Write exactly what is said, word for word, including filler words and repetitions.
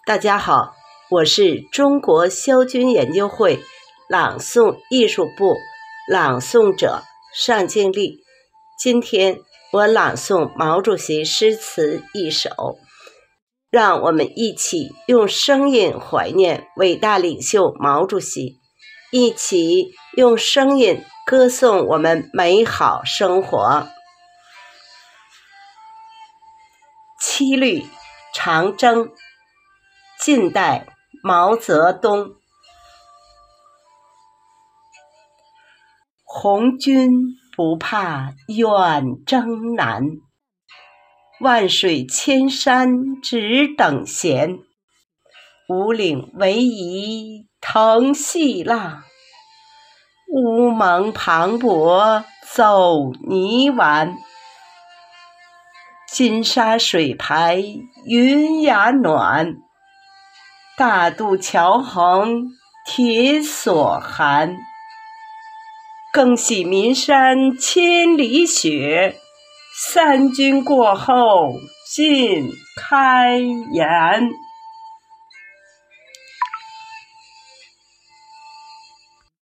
大家好，我是中国萧军研究会朗诵艺术部朗诵者尚静丽。今天我朗诵毛主席诗词一首，让我们一起用声音怀念伟大领袖毛主席，一起用声音歌颂我们美好生活。七律长征，晋代毛泽东。红军不怕远征难，万水千山只等闲。五岭逶迤腾细浪，乌蒙磅礴走泥丸。金沙水排云崖暖，大渡桥横铁索寒。更喜岷山千里雪，三军过后尽开颜。